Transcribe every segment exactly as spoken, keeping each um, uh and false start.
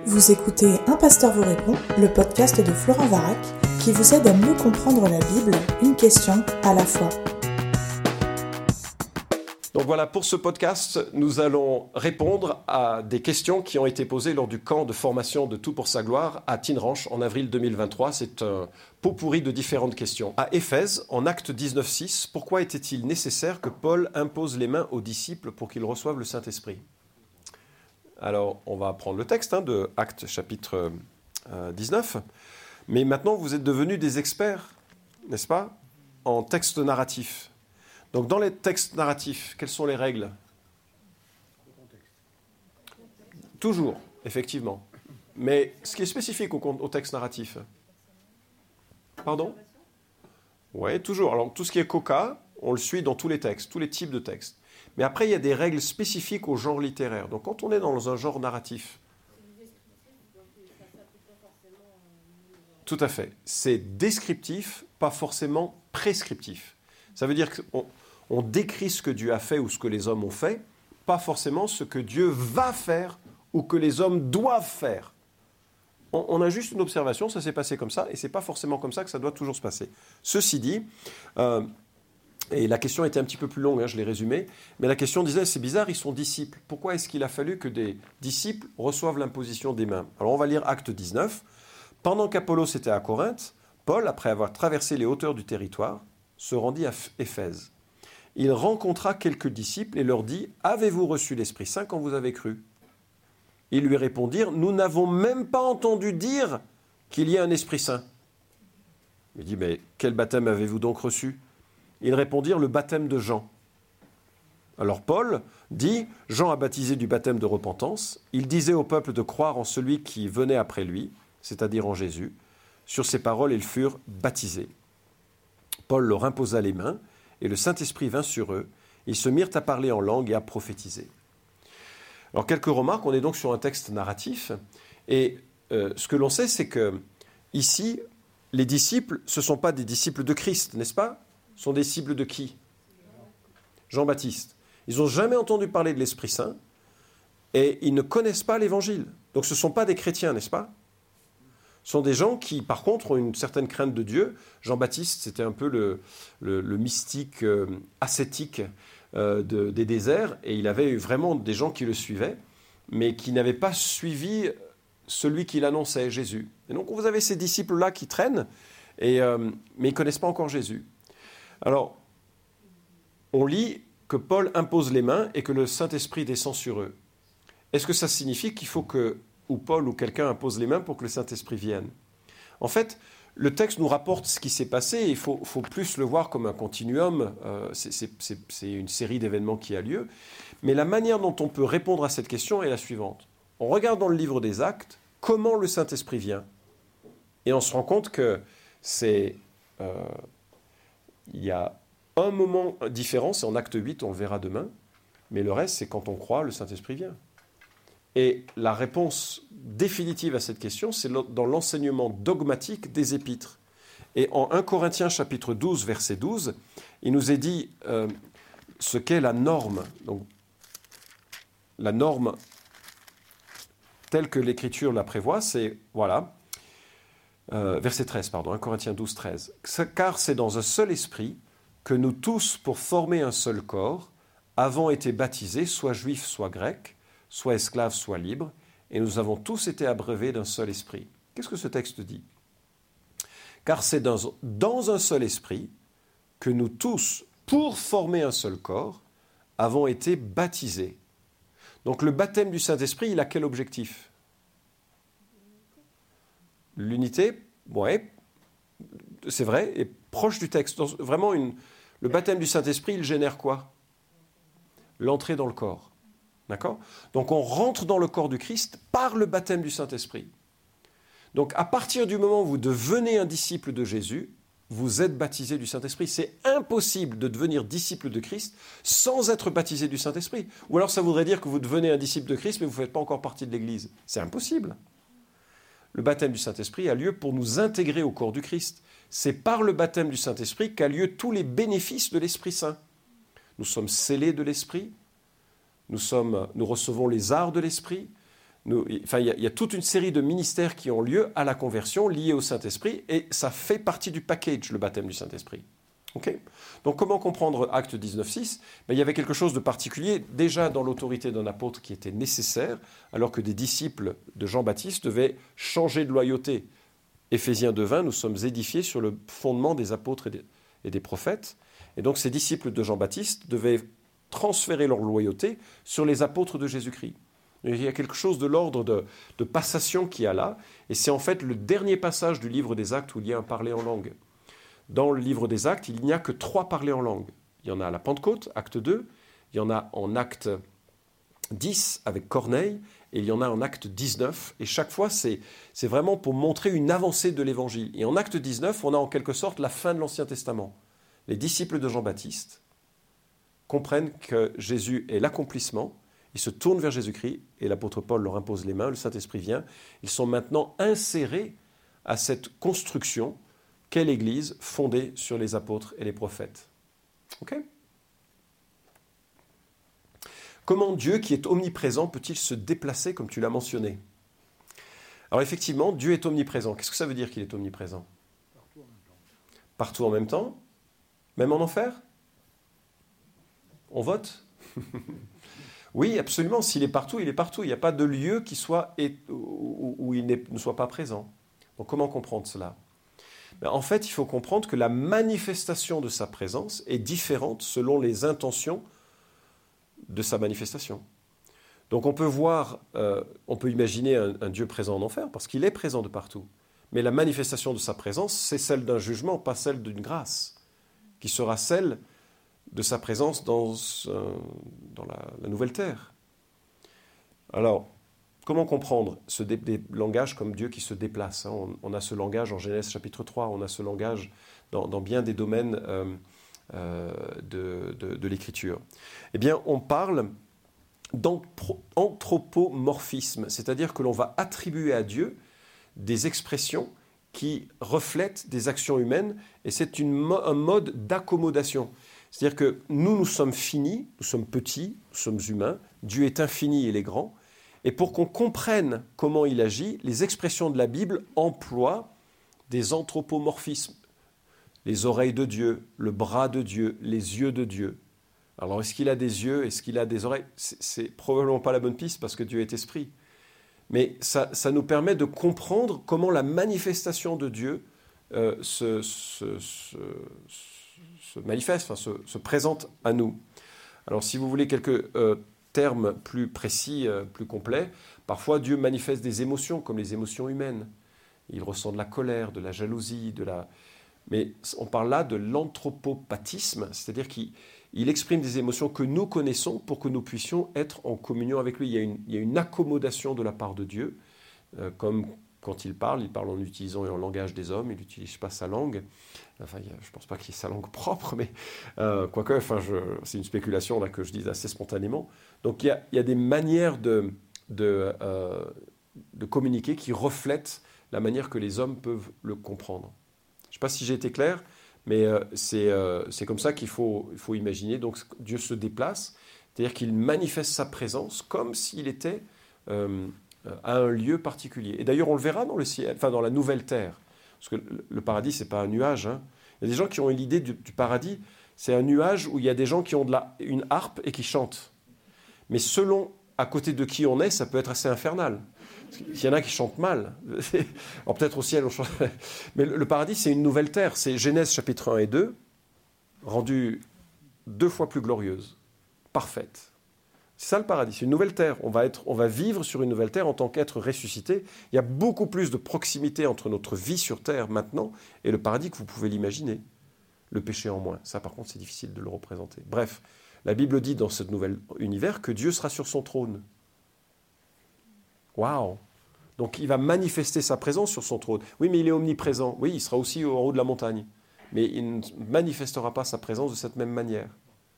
Vous écoutez Un pasteur vous répond, le podcast de Florent Varac, qui vous aide à mieux comprendre la Bible, une question à la fois. Donc voilà, pour ce podcast, nous allons répondre à des questions qui ont été posées lors du camp de formation de Tout pour sa gloire à Tinranche en avril deux mille vingt-trois. C'est un pot pourri de différentes questions. À Éphèse, en Actes dix-neuf six, pourquoi était-il nécessaire que Paul impose les mains aux disciples pour qu'ils reçoivent le Saint-Esprit ? Alors, on va prendre le texte hein, de Actes chapitre euh, dix-neuf. Mais maintenant, vous êtes devenus des experts, n'est-ce pas, en texte narratif. Donc, dans les textes narratifs, quelles sont les règles ? Toujours, effectivement. Mais ce qui est spécifique au, au texte narratif. Pardon ? Oui, toujours. Alors, tout ce qui est coca, on le suit dans tous les textes, tous les types de textes. Mais après, il y a des règles spécifiques au genre littéraire. Donc, quand on est dans un genre narratif, tout à fait. C'est descriptif, pas forcément prescriptif. Ça veut dire qu'on on décrit ce que Dieu a fait ou ce que les hommes ont fait, pas forcément ce que Dieu va faire ou que les hommes doivent faire. On, on a juste une observation, ça s'est passé comme ça, et c'est pas forcément comme ça que ça doit toujours se passer. Ceci dit, euh, et la question était un petit peu plus longue, hein, je l'ai résumée, mais la question disait, c'est bizarre, ils sont disciples. Pourquoi est-ce qu'il a fallu que des disciples reçoivent l'imposition des mains ? Alors on va lire Acte dix-neuf. Pendant qu'Apollos était à Corinthe, Paul, après avoir traversé les hauteurs du territoire, se rendit à Éphèse. Il rencontra quelques disciples et leur dit « Avez-vous reçu l'Esprit Saint quand vous avez cru ?» Ils lui répondirent « Nous n'avons même pas entendu dire qu'il y ait un Esprit Saint. » Il dit « Mais quel baptême avez-vous donc reçu ?» Ils répondirent « Le baptême de Jean. » Alors Paul dit « Jean a baptisé du baptême de repentance. Il disait au peuple de croire en celui qui venait après lui, c'est-à-dire en Jésus. Sur ces paroles, ils furent baptisés. Paul leur imposa les mains, et le Saint-Esprit vint sur eux. Ils se mirent à parler en langue et à prophétiser. Alors, quelques remarques. On est donc sur un texte narratif. Et euh, ce que l'on sait, c'est que ici, les disciples, ce ne sont pas des disciples de Christ, n'est-ce pas ? Ce sont des disciples de qui ? Jean-Baptiste. Ils n'ont jamais entendu parler de l'Esprit Saint et ils ne connaissent pas l'Évangile. Donc, ce ne sont pas des chrétiens, n'est-ce pas ? Ce sont des gens qui, par contre, ont une certaine crainte de Dieu. Jean-Baptiste, c'était un peu le, le, le mystique euh, ascétique euh, de, des déserts, et il avait vraiment des gens qui le suivaient, mais qui n'avaient pas suivi celui qu'il annonçait, Jésus. Et donc, vous avez ces disciples-là qui traînent, et, euh, mais ils ne connaissent pas encore Jésus. Alors, on lit que Paul impose les mains et que le Saint-Esprit descend sur eux. Est-ce que ça signifie qu'il faut que ou Paul ou quelqu'un impose les mains pour que le Saint-Esprit vienne. En fait, le texte nous rapporte ce qui s'est passé, et il faut, faut plus le voir comme un continuum, euh, c'est, c'est, c'est, c'est une série d'événements qui a lieu, mais la manière dont on peut répondre à cette question est la suivante. On regarde dans le livre des Actes comment le Saint-Esprit vient, et on se rend compte que c'est, euh, il y a un moment différent, c'est en Acte huit, on le verra demain, mais le reste, c'est quand on croit, le Saint-Esprit vient. Et la réponse définitive à cette question, c'est dans l'enseignement dogmatique des épîtres. Et en premier Corinthiens chapitre douze, verset douze, il nous est dit euh, ce qu'est la norme. Donc, la norme telle que l'Écriture la prévoit, c'est, voilà, euh, verset treize, pardon, premier Corinthiens douze, treize. Car c'est dans un seul esprit que nous tous, pour former un seul corps, avons été baptisés, soit juifs, soit grecs, soit esclaves, soit libres, et nous avons tous été abreuvés d'un seul esprit. Qu'est-ce que ce texte dit ? Car c'est dans, dans un seul esprit que nous tous, pour former un seul corps, avons été baptisés. Donc le baptême du Saint-Esprit, il a quel objectif ? L'unité, ouais, c'est vrai, est proche du texte. Donc, vraiment, une, le baptême du Saint-Esprit, il génère quoi ? L'entrée dans le corps. D'accord ? Donc on rentre dans le corps du Christ par le baptême du Saint-Esprit. Donc à partir du moment où vous devenez un disciple de Jésus, vous êtes baptisé du Saint-Esprit. C'est impossible de devenir disciple de Christ sans être baptisé du Saint-Esprit. Ou alors ça voudrait dire que vous devenez un disciple de Christ, mais vous ne faites pas encore partie de l'Église. C'est impossible. Le baptême du Saint-Esprit a lieu pour nous intégrer au corps du Christ. C'est par le baptême du Saint-Esprit qu'a lieu tous les bénéfices de l'Esprit Saint. Nous sommes scellés de l'Esprit. Nous, sommes, nous recevons les arts de l'Esprit, Nous, enfin, il y, a, il y a toute une série de ministères qui ont lieu à la conversion liés au Saint-Esprit, et ça fait partie du package, le baptême du Saint-Esprit. Okay. Donc comment comprendre Acte dix-neuf six? Ben, il y avait quelque chose de particulier déjà dans l'autorité d'un apôtre qui était nécessaire, alors que des disciples de Jean-Baptiste devaient changer de loyauté. Éphésiens deux vingt, nous sommes édifiés sur le fondement des apôtres et des, et des prophètes. Et donc ces disciples de Jean-Baptiste devaient transférer leur loyauté sur les apôtres de Jésus-Christ. Il y a quelque chose de l'ordre de, de passation qui a là, et c'est en fait le dernier passage du livre des Actes où il y a un parler en langue. Dans le livre des Actes, il n'y a que trois parlers en langue. Il y en a à la Pentecôte, acte deux, il y en a en acte dix avec Corneille, et il y en a en acte dix-neuf. Et chaque fois, c'est, c'est vraiment pour montrer une avancée de l'Évangile. Et en acte dix-neuf, on a en quelque sorte la fin de l'Ancien Testament. Les disciples de Jean-Baptiste comprennent que Jésus est l'accomplissement, ils se tournent vers Jésus-Christ, et l'apôtre Paul leur impose les mains, le Saint-Esprit vient. Ils sont maintenant insérés à cette construction qu'est l'Église fondée sur les apôtres et les prophètes. Ok ? Comment Dieu, qui est omniprésent, peut-il se déplacer comme tu l'as mentionné ? Alors effectivement, Dieu est omniprésent. Qu'est-ce que ça veut dire qu'il est omniprésent ? Partout en même temps. Partout en même temps ? Même en enfer ? On vote ? Oui, absolument. S'il est partout, il est partout. Il n'y a pas de lieu qui soit et, où, où il ne soit pas présent. Donc comment comprendre cela ? Ben, en fait, il faut comprendre que la manifestation de sa présence est différente selon les intentions de sa manifestation. Donc on peut voir, euh, on peut imaginer un, un Dieu présent en enfer, parce qu'il est présent de partout. Mais la manifestation de sa présence, c'est celle d'un jugement, pas celle d'une grâce, qui sera celle de sa présence dans, euh, dans la, la nouvelle terre. Alors, comment comprendre ce dé- dé- langage comme Dieu qui se déplace, hein? on, on a ce langage en Genèse chapitre trois, on a ce langage dans, dans bien des domaines euh, euh, de, de, de l'Écriture. Eh bien, on parle d'anthropomorphisme, c'est-à-dire que l'on va attribuer à Dieu des expressions qui reflètent des actions humaines, et c'est une, un mode d'accommodation. C'est-à-dire que nous, nous sommes finis, nous sommes petits, nous sommes humains, Dieu est infini et il est grand, et pour qu'on comprenne comment il agit, les expressions de la Bible emploient des anthropomorphismes. Les oreilles de Dieu, le bras de Dieu, les yeux de Dieu. Alors, est-ce qu'il a des yeux? Est-ce qu'il a des oreilles? C'est, c'est probablement pas la bonne piste parce que Dieu est esprit. Mais ça, ça nous permet de comprendre comment la manifestation de Dieu euh, se, se, se, se manifeste, enfin, se, se présente à nous. Alors, si vous voulez quelques euh, termes plus précis, euh, plus complets, parfois Dieu manifeste des émotions comme les émotions humaines. Il ressent de la colère, de la jalousie, de la... Mais on parle là de l'anthropopathisme, c'est-à-dire qu'il il exprime des émotions que nous connaissons pour que nous puissions être en communion avec lui. Il y a une, il y a une accommodation de la part de Dieu, euh, comme quand il parle, il parle en utilisant un langage des hommes, il n'utilise pas sa langue. Enfin, il y a, je ne pense pas qu'il ait sa langue propre, mais euh, quoique, enfin, je, c'est une spéculation là, que je dis assez spontanément. Donc il y a, il y a des manières de, de, euh, de communiquer qui reflètent la manière que les hommes peuvent le comprendre. Je ne sais pas si j'ai été clair, mais euh, c'est, euh, c'est comme ça qu'il faut, il faut imaginer. Donc Dieu se déplace, c'est-à-dire qu'il manifeste sa présence comme s'il était euh, à un lieu particulier. Et d'ailleurs, on le verra dans le ciel, enfin dans la nouvelle terre, parce que le, le paradis, c'est pas un nuage. Hein. Il y a des gens qui ont eu l'idée du, du paradis, c'est un nuage où il y a des gens qui ont de la, une harpe et qui chantent. Mais selon à côté de qui on est, ça peut être assez infernal. Il y en a qui chantent mal. Alors peut-être au ciel, on chante... mais le paradis, c'est une nouvelle terre. C'est Genèse chapitre un et deux, rendue deux fois plus glorieuse, parfaite. C'est ça le paradis, c'est une nouvelle terre. On va, être, on va vivre sur une nouvelle terre en tant qu'être ressuscité. Il y a beaucoup plus de proximité entre notre vie sur terre maintenant et le paradis que vous pouvez l'imaginer. Le péché en moins. Ça, par contre, c'est difficile de le représenter. Bref, la Bible dit dans ce nouvel univers que Dieu sera sur son trône. Waouh! Donc il va manifester sa présence sur son trône. Oui, mais il est omniprésent. Oui, il sera aussi au haut de la montagne. Mais il ne manifestera pas sa présence de cette même manière.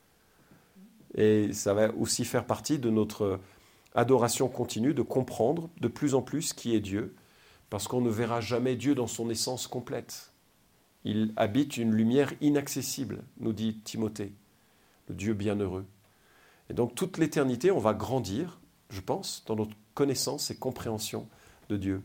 Et ça va aussi faire partie de notre adoration continue, de comprendre de plus en plus qui est Dieu, parce qu'on ne verra jamais Dieu dans son essence complète. Il habite une lumière inaccessible, nous dit Timothée, le Dieu bienheureux. Et donc toute l'éternité, on va grandir je pense, dans notre connaissance et compréhension de Dieu.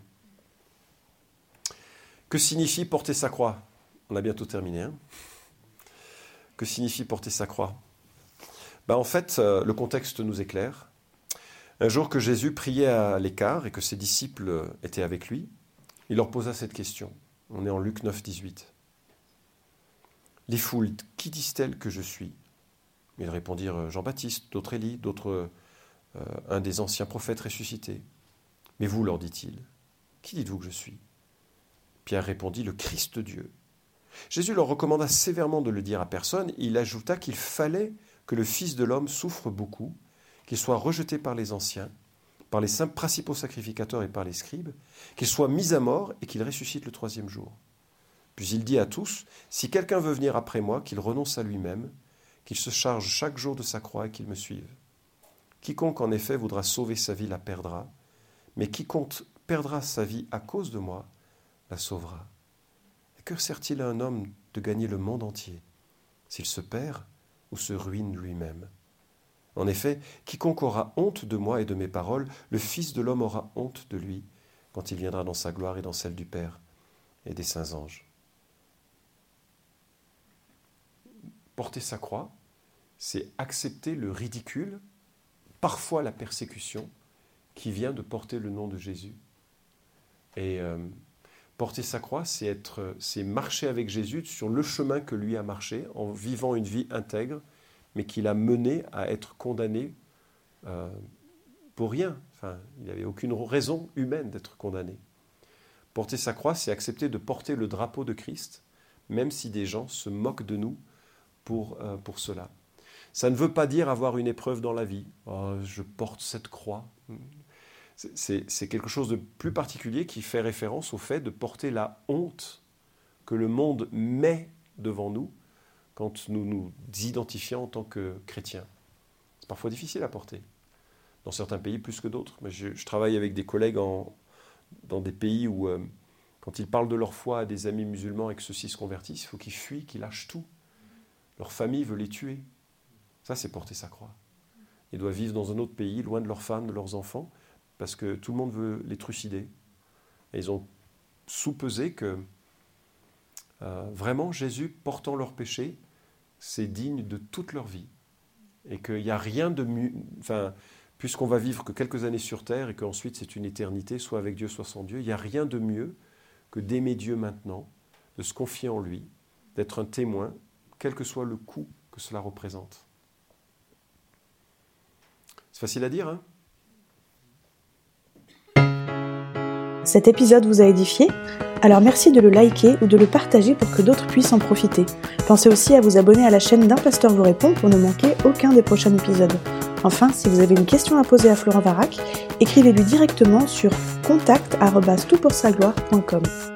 Que signifie porter sa croix ? On a bientôt terminé. Hein ? Que signifie porter sa croix ? Ben, en fait, euh, le contexte nous est clair. Un jour que Jésus priait à l'écart et que ses disciples étaient avec lui, il leur posa cette question. On est en Luc neuf, dix-huit. Les foules, qui disent-elles que je suis ? Ils répondirent Jean-Baptiste, d'autres Élie, d'autres euh, un des anciens prophètes ressuscités. Mais vous, leur dit-il, qui dites-vous que je suis ? Pierre répondit, le Christ de Dieu. Jésus leur recommanda sévèrement de le dire à personne. Il ajouta qu'il fallait que le Fils de l'homme souffre beaucoup, qu'il soit rejeté par les anciens, par les cinq principaux sacrificateurs et par les scribes, qu'il soit mis à mort et qu'il ressuscite le troisième jour. Puis il dit à tous, si quelqu'un veut venir après moi, qu'il renonce à lui-même, qu'il se charge chaque jour de sa croix et qu'il me suive. Quiconque en effet voudra sauver sa vie la perdra, mais quiconque perdra sa vie à cause de moi la sauvera. Et que sert-il à un homme de gagner le monde entier, s'il se perd ou se ruine lui-même ? En effet, quiconque aura honte de moi et de mes paroles, le Fils de l'homme aura honte de lui, quand il viendra dans sa gloire et dans celle du Père et des saints anges. Porter sa croix, c'est accepter le ridicule, parfois la persécution, qui vient de porter le nom de Jésus. Et euh, porter sa croix, c'est, être, c'est marcher avec Jésus sur le chemin que lui a marché, en vivant une vie intègre, mais qu'il a mené à être condamné euh, pour rien. Enfin, il n'avait aucune raison humaine d'être condamné. Porter sa croix, c'est accepter de porter le drapeau de Christ, même si des gens se moquent de nous pour, euh, pour cela. Ça ne veut pas dire avoir une épreuve dans la vie. Oh, je porte cette croix. C'est, c'est, c'est quelque chose de plus particulier qui fait référence au fait de porter la honte que le monde met devant nous quand nous nous identifions en tant que chrétiens. C'est parfois difficile à porter. Dans certains pays plus que d'autres. Mais je, je travaille avec des collègues en, dans des pays où, euh, quand ils parlent de leur foi à des amis musulmans et que ceux-ci se convertissent, il faut qu'ils fuient, qu'ils lâchent tout. Leur famille veut les tuer. Ça, c'est porter sa croix. Ils doivent vivre dans un autre pays, loin de leurs femmes, de leurs enfants, parce que tout le monde veut les trucider. Et ils ont soupesé que euh, vraiment, Jésus, portant leurs péchés, c'est digne de toute leur vie. Et qu'il n'y a rien de mieux... Enfin, puisqu'on va vivre que quelques années sur terre et qu'ensuite c'est une éternité, soit avec Dieu, soit sans Dieu, il n'y a rien de mieux que d'aimer Dieu maintenant, de se confier en lui, d'être un témoin, quel que soit le coût que cela représente. C'est facile à dire, hein ? Cet épisode vous a édifié ? Alors merci de le liker ou de le partager pour que d'autres puissent en profiter. Pensez aussi à vous abonner à la chaîne d'Un Pasteur vous répond pour ne manquer aucun des prochains épisodes. Enfin, si vous avez une question à poser à Florent Varac, écrivez-lui directement sur contact arobase tout pour sa gloire point com.